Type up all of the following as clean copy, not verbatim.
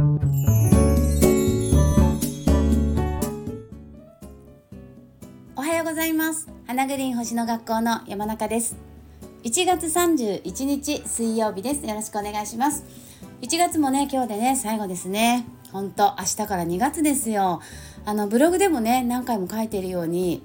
おはようございます。花グリーン星の学校の山中です。1月31日水曜日です。よろしくお願いします。1月もね、今日でね最後ですね。本当明日から2月ですよ。ブログでもね何回も書いているように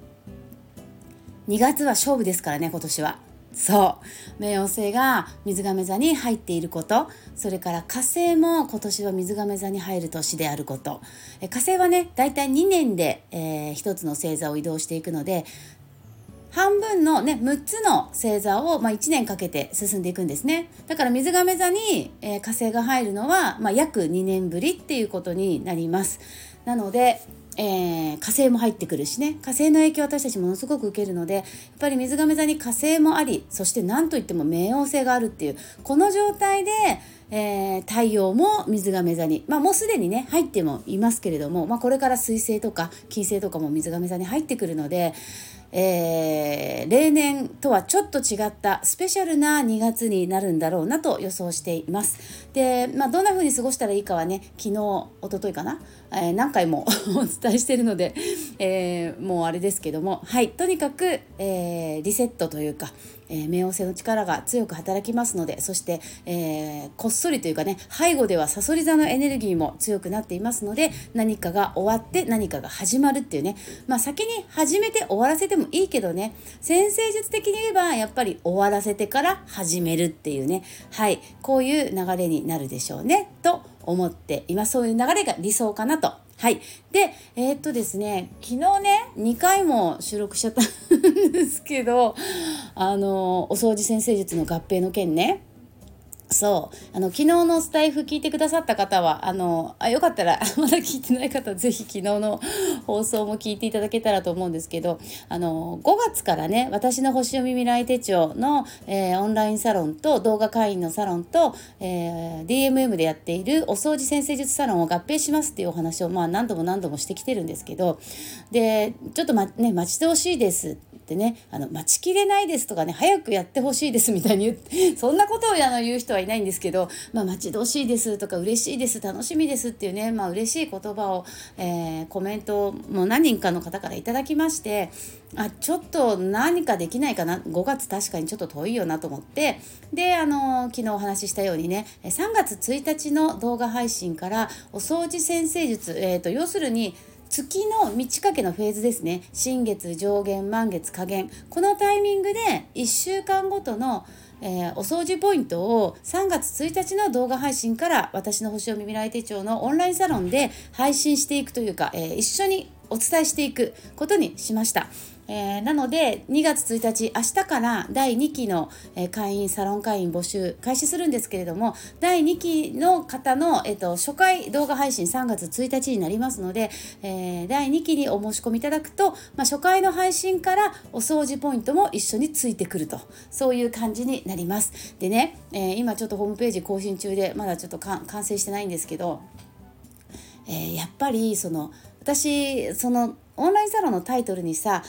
2月は勝負ですからね。今年はそう冥王星が水亀座に入っていること、それから火星も今年は水亀座に入る年であること。火星はねだいたい2年で、一つの星座を移動していくので、半分のね6つの星座を、1年かけて進んでいくんですね。だから水亀座に、火星が入るのは、約2年ぶりっていうことになります。なので火星も入ってくるしね、火星の影響を私たちものすごく受けるので、やっぱり水亀座に火星もあり、そして何といっても冥王星があるっていうこの状態で、太陽も水亀座に、もうすでにね入ってもいますけれども、これから水星とか金星とかも水亀座に入ってくるので、例年とはちょっと違ったスペシャルな2月になるんだろうなと予想しています。で、どんな風に過ごしたらいいかはね、昨日一昨日かな、何回もお伝えしているので、もうあれですけども、とにかく、リセットというか、冥王星の力が強く働きますので、そして、こっそりというかね、背後では蠍座のエネルギーも強くなっていますので、何かが終わって何かが始まるっていうね、先に始めて終わらせてもいいけどね、占星術的に言えばやっぱり終わらせてから始めるっていうね、こういう流れになるでしょうねと思っています。そういう流れが理想かなと。で、ですね、昨日ね2回も収録しちゃったんですけど、お掃除占星術の合併の件ね。昨日のスタイフ聞いてくださった方はよかったらまだ聞いてない方はぜひ昨日の放送も聞いていただけたらと思うんですけど、5月からね、私の星読み未来手帳の、オンラインサロンと動画会員のサロンと、DMM でやっているお掃除占星術サロンを合併しますっていうお話を何度もしてきてるんですけど、でちょっと待ち遠しいですってね、待ちきれないですとかね、早くやってほしいですみたいに言ってそんなことを言う人はいないんですけど、待ち遠しいですとか嬉しいです楽しみですっていうね、嬉しい言葉を、コメントも何人かの方からいただきまして、ちょっと何かできないかな、5月確かにちょっと遠いよなと思って、で昨日お話ししたようにね、3月1日の動画配信からお掃除占星術、要するに月の満ち欠けのフェーズですね。新月、上限、満月、下限、このタイミングで1週間ごとの、お掃除ポイントを3月1日の動画配信から私の星読み未来手帳のオンラインサロンで配信していくというか、一緒にお伝えしていくことにしました。なので2月1日明日から第2期の、サロン会員募集開始するんですけれども、第2期の方の、初回動画配信3月1日になりますので、第2期にお申し込みいただくと、初回の配信からお掃除ポイントも一緒についてくると、そういう感じになります。でね、今ちょっとホームページ更新中でまだちょっと完成してないんですけど、やっぱり私オンラインサロンのタイトルにさ、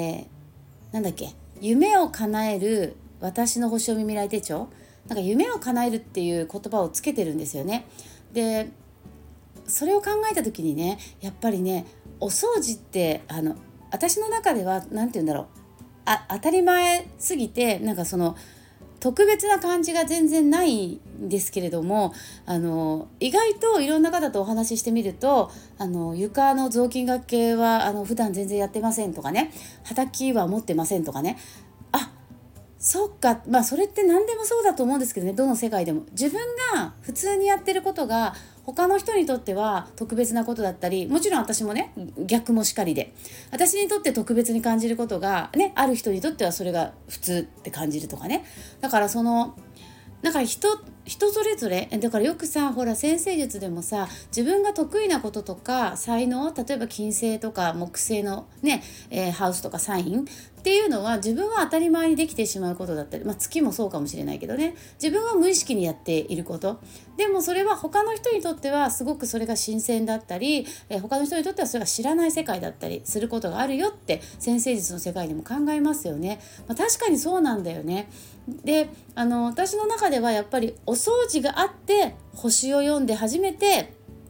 夢を叶える私の星読み未来手帳、夢を叶えるっていう言葉をつけてるんですよね。でそれを考えた時にね、やっぱりね、お掃除って私の中では当たり前すぎて、特別な感じが全然ないんですけれども、意外といろんな方とお話ししてみると、床の雑巾がけは普段全然やってませんとかね、畑は持ってませんとかね、そっか、それって何でもそうだと思うんですけどね、どの世界でも自分が普通にやってることが他の人にとっては特別なことだったり、もちろん私もね逆もしかりで、私にとって特別に感じることがね、ある人にとってはそれが普通って感じるとかね。だから人それぞれだから、よくさ、ほら占星術でもさ、自分が得意なこととか才能、例えば金星とか木星のね、ハウスとかサインっていうのは自分は当たり前にできてしまうことだったり、月もそうかもしれないけどね、自分は無意識にやっていること、でもそれは他の人にとってはすごくそれが新鮮だったり、他の人にとってはそれが知らない世界だったりすることがあるよって占星術の世界でも考えますよね。確かにそうなんだよね。で私の中ではやっぱりお掃除があって星を読んで初めて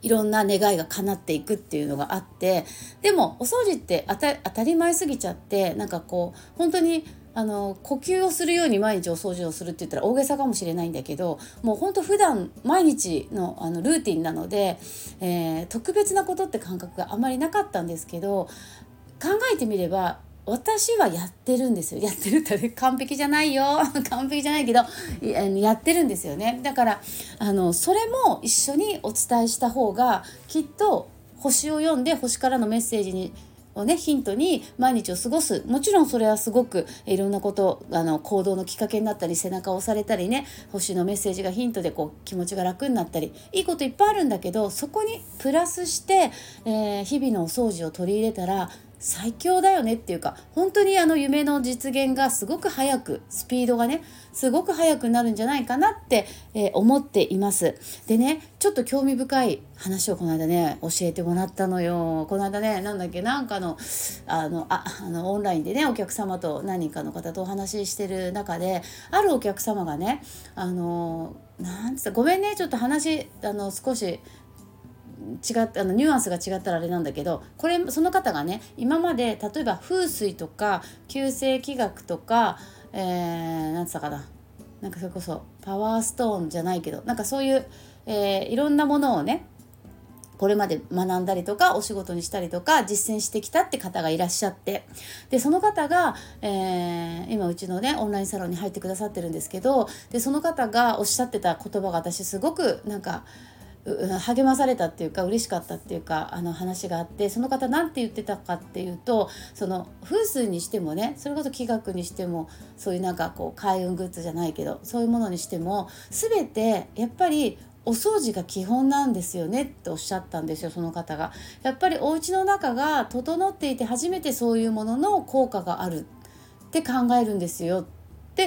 いろんな願いが叶っていくっていうのがあって、でもお掃除って当たり前すぎちゃって、なんかこう本当に呼吸をするように毎日お掃除をするって言ったら大げさかもしれないんだけど、もう本当普段毎日のルーティンなので、特別なことって感覚があまりなかったんですけど、考えてみれば私はやってるんですよ。やってるって完璧じゃないよ完璧じゃないけどやってるんですよね。だからそれも一緒にお伝えした方が、きっと星を読んで星からのメッセージをねヒントに毎日を過ごす。もちろんそれはすごくいろんなこと行動のきっかけになったり、背中を押されたりね、星のメッセージがヒントでこう気持ちが楽になったり、いいこといっぱいあるんだけど、そこにプラスして、日々のお掃除を取り入れたら最強だよねっていうか、本当に夢の実現がすごく早く、スピードがねすごく速くなるんじゃないかなって、思っています。でね、ちょっと興味深い話をこの間ね教えてもらったのよ。この間ね、なんだっけ、なんかのオンラインでねお客様と何人かの方とお話ししてる中で、あるお客様がねなんつったごめんねちょっと話少し違ってニュアンスが違ったらあれなんだけど、その方がね今まで例えば風水とか九星気学とか、なんつったかな、なんかそれこそパワーストーンじゃないけど、なんかそういう、いろんなものをねこれまで学んだりとかお仕事にしたりとか実践してきたって方がいらっしゃって、でその方が、今うちのねオンラインサロンに入ってくださってるんですけど、でその方がおっしゃってた言葉が私すごくなんか励まされたっていうか嬉しかったっていうか話があって、その方なんて言ってたかっていうと、その風水にしてもね、それこそ気学にしても、そういうなんかこう開運グッズじゃないけどそういうものにしても、全てやっぱりお掃除が基本なんですよねっておっしゃったんですよ。その方がやっぱりお家の中が整っていて初めてそういうものの効果があるって考えるんですよって、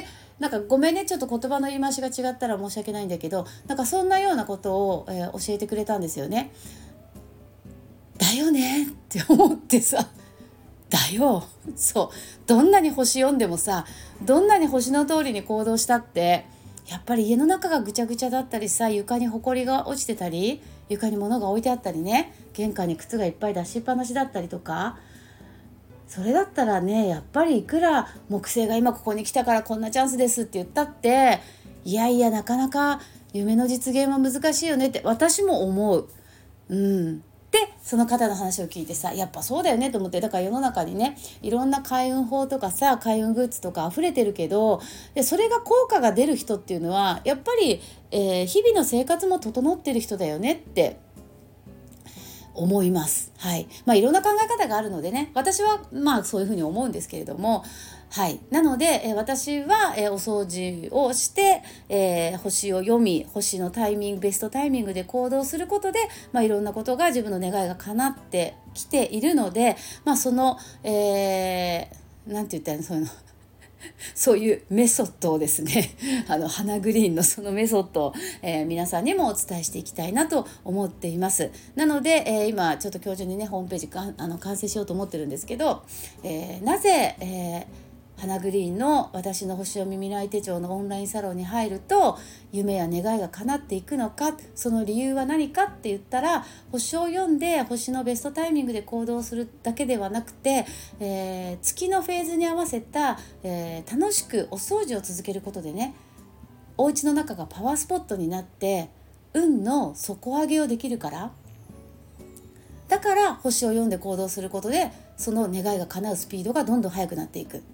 なんかごめんねちょっと言葉の言い回しが違ったら申し訳ないんだけど、なんかそんなようなことを、教えてくれたんですよね。だよねって思ってさ、だよ、そうどんなに星読んでもさ、どんなに星の通りに行動したってやっぱり家の中がぐちゃぐちゃだったりさ、床にほこりが落ちてたり、床に物が置いてあったりね、玄関に靴がいっぱい出しっぱなしだったりとか、それだったらね、やっぱりいくら木星が今ここに来たからこんなチャンスですって言ったって、いやいやなかなか夢の実現は難しいよねって私も思う。でその方の話を聞いてさ、やっぱそうだよねと思って、だから世の中にねいろんな開運法とかさ開運グッズとか溢れてるけど、でそれが効果が出る人っていうのはやっぱり、日々の生活も整ってる人だよねって思います。はい。いろんな考え方があるのでね、私はそういうふうに思うんですけれども、はい。なので、私は、お掃除をして、星を読み、星のタイミング、ベストタイミングで行動することで、いろんなことが自分の願いが叶ってきているので、その、なんて言ったらそういうのそういうメソッドをですね花グリーンのそのメソッドを、皆さんにもお伝えしていきたいなと思っています。なので、今ちょっと今日中にねホームページ完成しようと思ってるんですけど、なぜ、花グリーンの私の星読み未来手帳のオンラインサロンに入ると夢や願いが叶っていくのか、その理由は何かって言ったら、星を読んで星のベストタイミングで行動するだけではなくて、月のフェーズに合わせた、楽しくお掃除を続けることでね、お家の中がパワースポットになって運の底上げをできるから、だから星を読んで行動することでその願いが叶うスピードがどんどん速くなっていく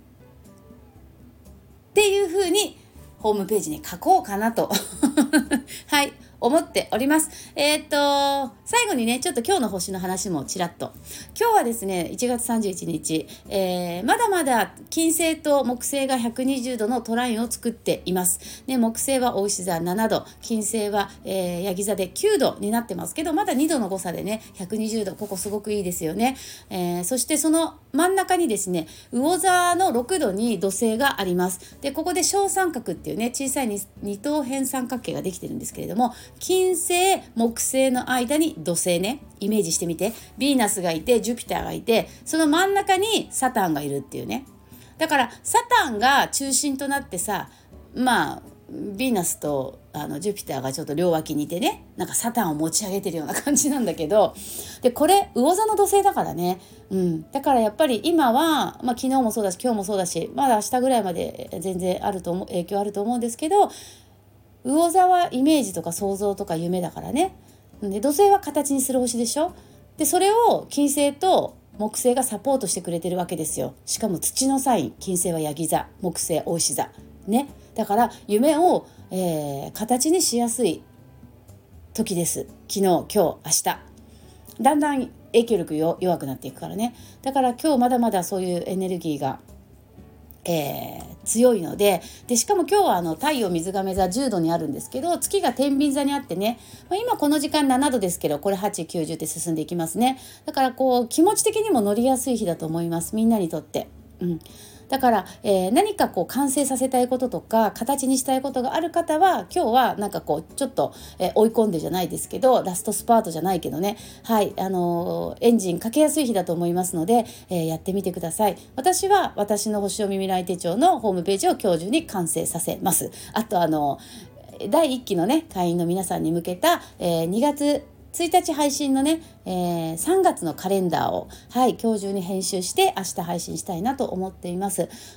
っていう風にホームページに書こうかなとはい思っております。最後にねちょっと今日の星の話もちらっと。今日はですね1月31日、まだまだ金星と木星が120度のトラインを作っています、ね、木星は牡牛座7度、金星は、ヤギ座で9度になってますけど、まだ2度の誤差でね120度、ここすごくいいですよね。そしてその真ん中にですね魚座の6度に土星があります。でここで小三角っていうね小さい二等辺三角形ができてるんですけれども、金星木星の間に土星ね、イメージしてみて、ヴィーナスがいてジュピターがいて、その真ん中にサタンがいるっていうね。だからサタンが中心となってさ、 ヴィーナスとジュピターがちょっと両脇にいてね、なんかサタンを持ち上げてるような感じなんだけど、でこれ魚座の土星だからね、だからやっぱり今は、昨日もそうだし今日もそうだし、まだ明日ぐらいまで全然影響あると思うんですけど、魚座はイメージとか想像とか夢だからね。で土星は形にする星でしょ。でそれを金星と木星がサポートしてくれてるわけですよ。しかも土のサイン、金星はヤギ座、木星牡牛座ね。だから夢を、形にしやすい時です。昨日今日明日だんだん影響力弱くなっていくからね。だから今日まだまだそういうエネルギーが強いので、しかも今日は太陽水亀座10度にあるんですけど、月が天秤座にあってね、今この時間7度ですけど、これ8、9、10って進んでいきますね。だから気持ち的にも乗りやすい日だと思います、みんなにとって。だから、何か完成させたいこととか形にしたいことがある方は、今日はなんかちょっと、追い込んでじゃないですけど、ラストスパートじゃないけどね、エンジンかけやすい日だと思いますので、やってみてください。私は私の星読み未来手帳のホームページを今日中に完成させます。あと第1期のね会員の皆さんに向けた、2月1日配信のね、3月のカレンダーを、今日中に編集して明日配信したいなと思っています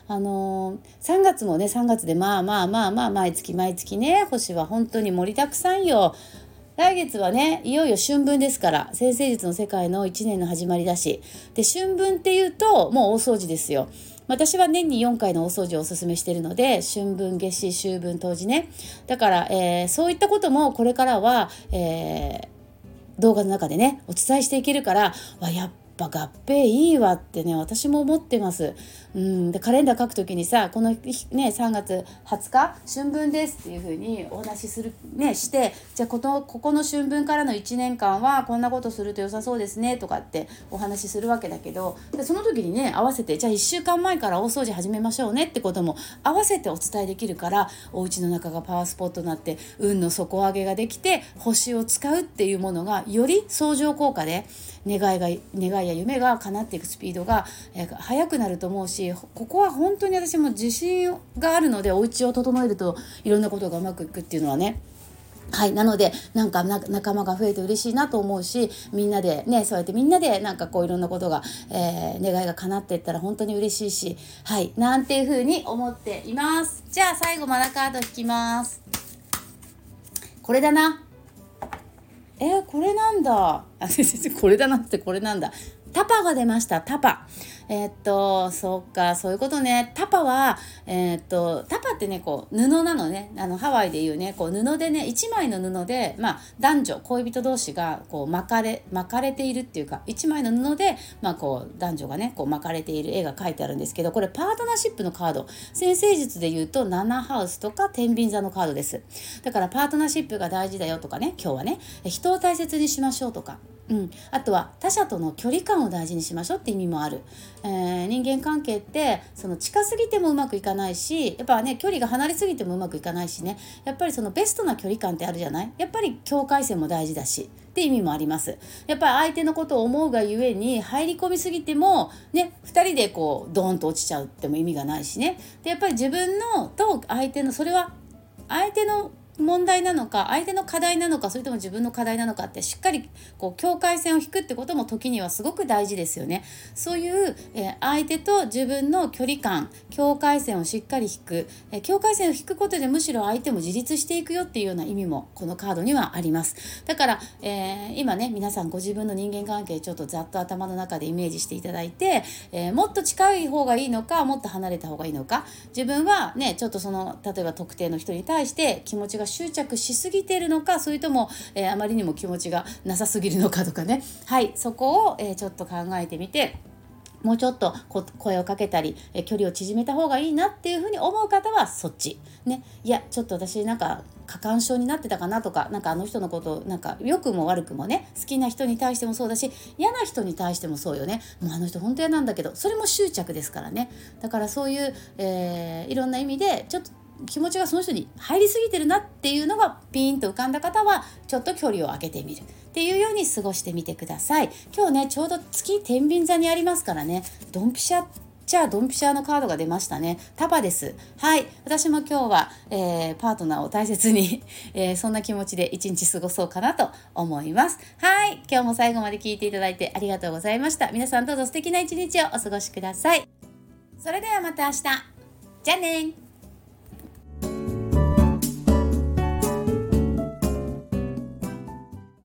。3月もね3月で毎月ね、星は本当に盛りだくさんよ。来月はねいよいよ春分ですから、占星術の世界の1年の始まりだし、で春分っていうともう大掃除ですよ。私は年に4回の大掃除をおすすめしているので、春分夏至秋分冬至ね。だから、そういったこともこれからは、動画の中でねお伝えしていけるから、やっぱ合併いいわってね私も思ってます。でカレンダー書くときにさ、この日ね3月20日春分ですっていう風にお話しするねして、じゃあここの春分からの1年間はこんなことすると良さそうですねとかってお話しするわけだけど、でその時にね合わせて、じゃあ1週間前から大掃除始めましょうねってことも合わせてお伝えできるから、お家の中がパワースポットになって運の底上げができて、星を使うっていうものがより相乗効果で願いや夢が叶っていくスピードが、速くなると思うし、ここは本当に私も自信があるので、お家を整えるといろんなことがうまくいくっていうのはね。なのでなんか仲間が増えて嬉しいなと思うし、みんなでねそうやってみんなでなんかいろんなことが、願いが叶っていったら本当に嬉しいし、なんていう風に思っています。じゃあ最後マナカード引きます。これだな。これなんだ。これだなってこれなんだ。タパが出ました。タパ。そうか、そういうことね。タパは、タパってね布なのね。ハワイでいうね布でね、1枚の布で、男女恋人同士が巻かれているっていうか、1枚の布で、男女がね巻かれている絵が描いてあるんですけど、これパートナーシップのカード、占星術でいうと7ハウスとか天秤座のカードです。だからパートナーシップが大事だよとかね、今日はね人を大切にしましょうとか、あとは他者との距離感を大事にしましょうって意味もある。人間関係って近すぎてもうまくいかないし、やっぱね距離が離れすぎてもうまくいかないしね、やっぱりベストな距離感ってあるじゃない。やっぱり境界線も大事だしって意味もあります。やっぱり相手のことを思うがゆえに入り込みすぎてもね、2人でドーンと落ちちゃうっても意味がないしね。でやっぱり自分のと相手の、それは相手の問題なのか相手の課題なのか、それとも自分の課題なのかってしっかり境界線を引くってことも時にはすごく大事ですよね。そういう、相手と自分の距離感、境界線をしっかり引く、境界線を引くことでむしろ相手も自立していくよっていうような意味もこのカードにはあります。だから、今ね皆さんご自分の人間関係ちょっとざっと頭の中でイメージしていただいて、もっと近い方がいいのかもっと離れた方がいいのか、自分はねちょっと例えば特定の人に対して気持ちが執着しすぎているのか、それとも、あまりにも気持ちがなさすぎるのかとかね、そこを、ちょっと考えてみて、もうちょっと声をかけたり距離を縮めた方がいいなっていうふうに思う方はそっちね。いやちょっと私過干渉になってたかなとか、あの人のこと良くも悪くもね、好きな人に対してもそうだし嫌な人に対してもそうよね。もうあの人本当嫌なんだけど、それも執着ですからね。だからそういう、いろんな意味でちょっと気持ちがその人に入りすぎてるなっていうのがピーンと浮かんだ方はちょっと距離を空けてみるっていうように過ごしてみてください。今日ねちょうど月天秤座にありますからね、ドンピシャちゃドンピシャのカードが出ましたね。タパです。はい、私も今日は、パートナーを大切に、そんな気持ちで一日過ごそうかなと思います。はい、今日も最後まで聞いていただいてありがとうございました。皆さんどうぞ素敵な一日をお過ごしください。それではまた明日。じゃあね。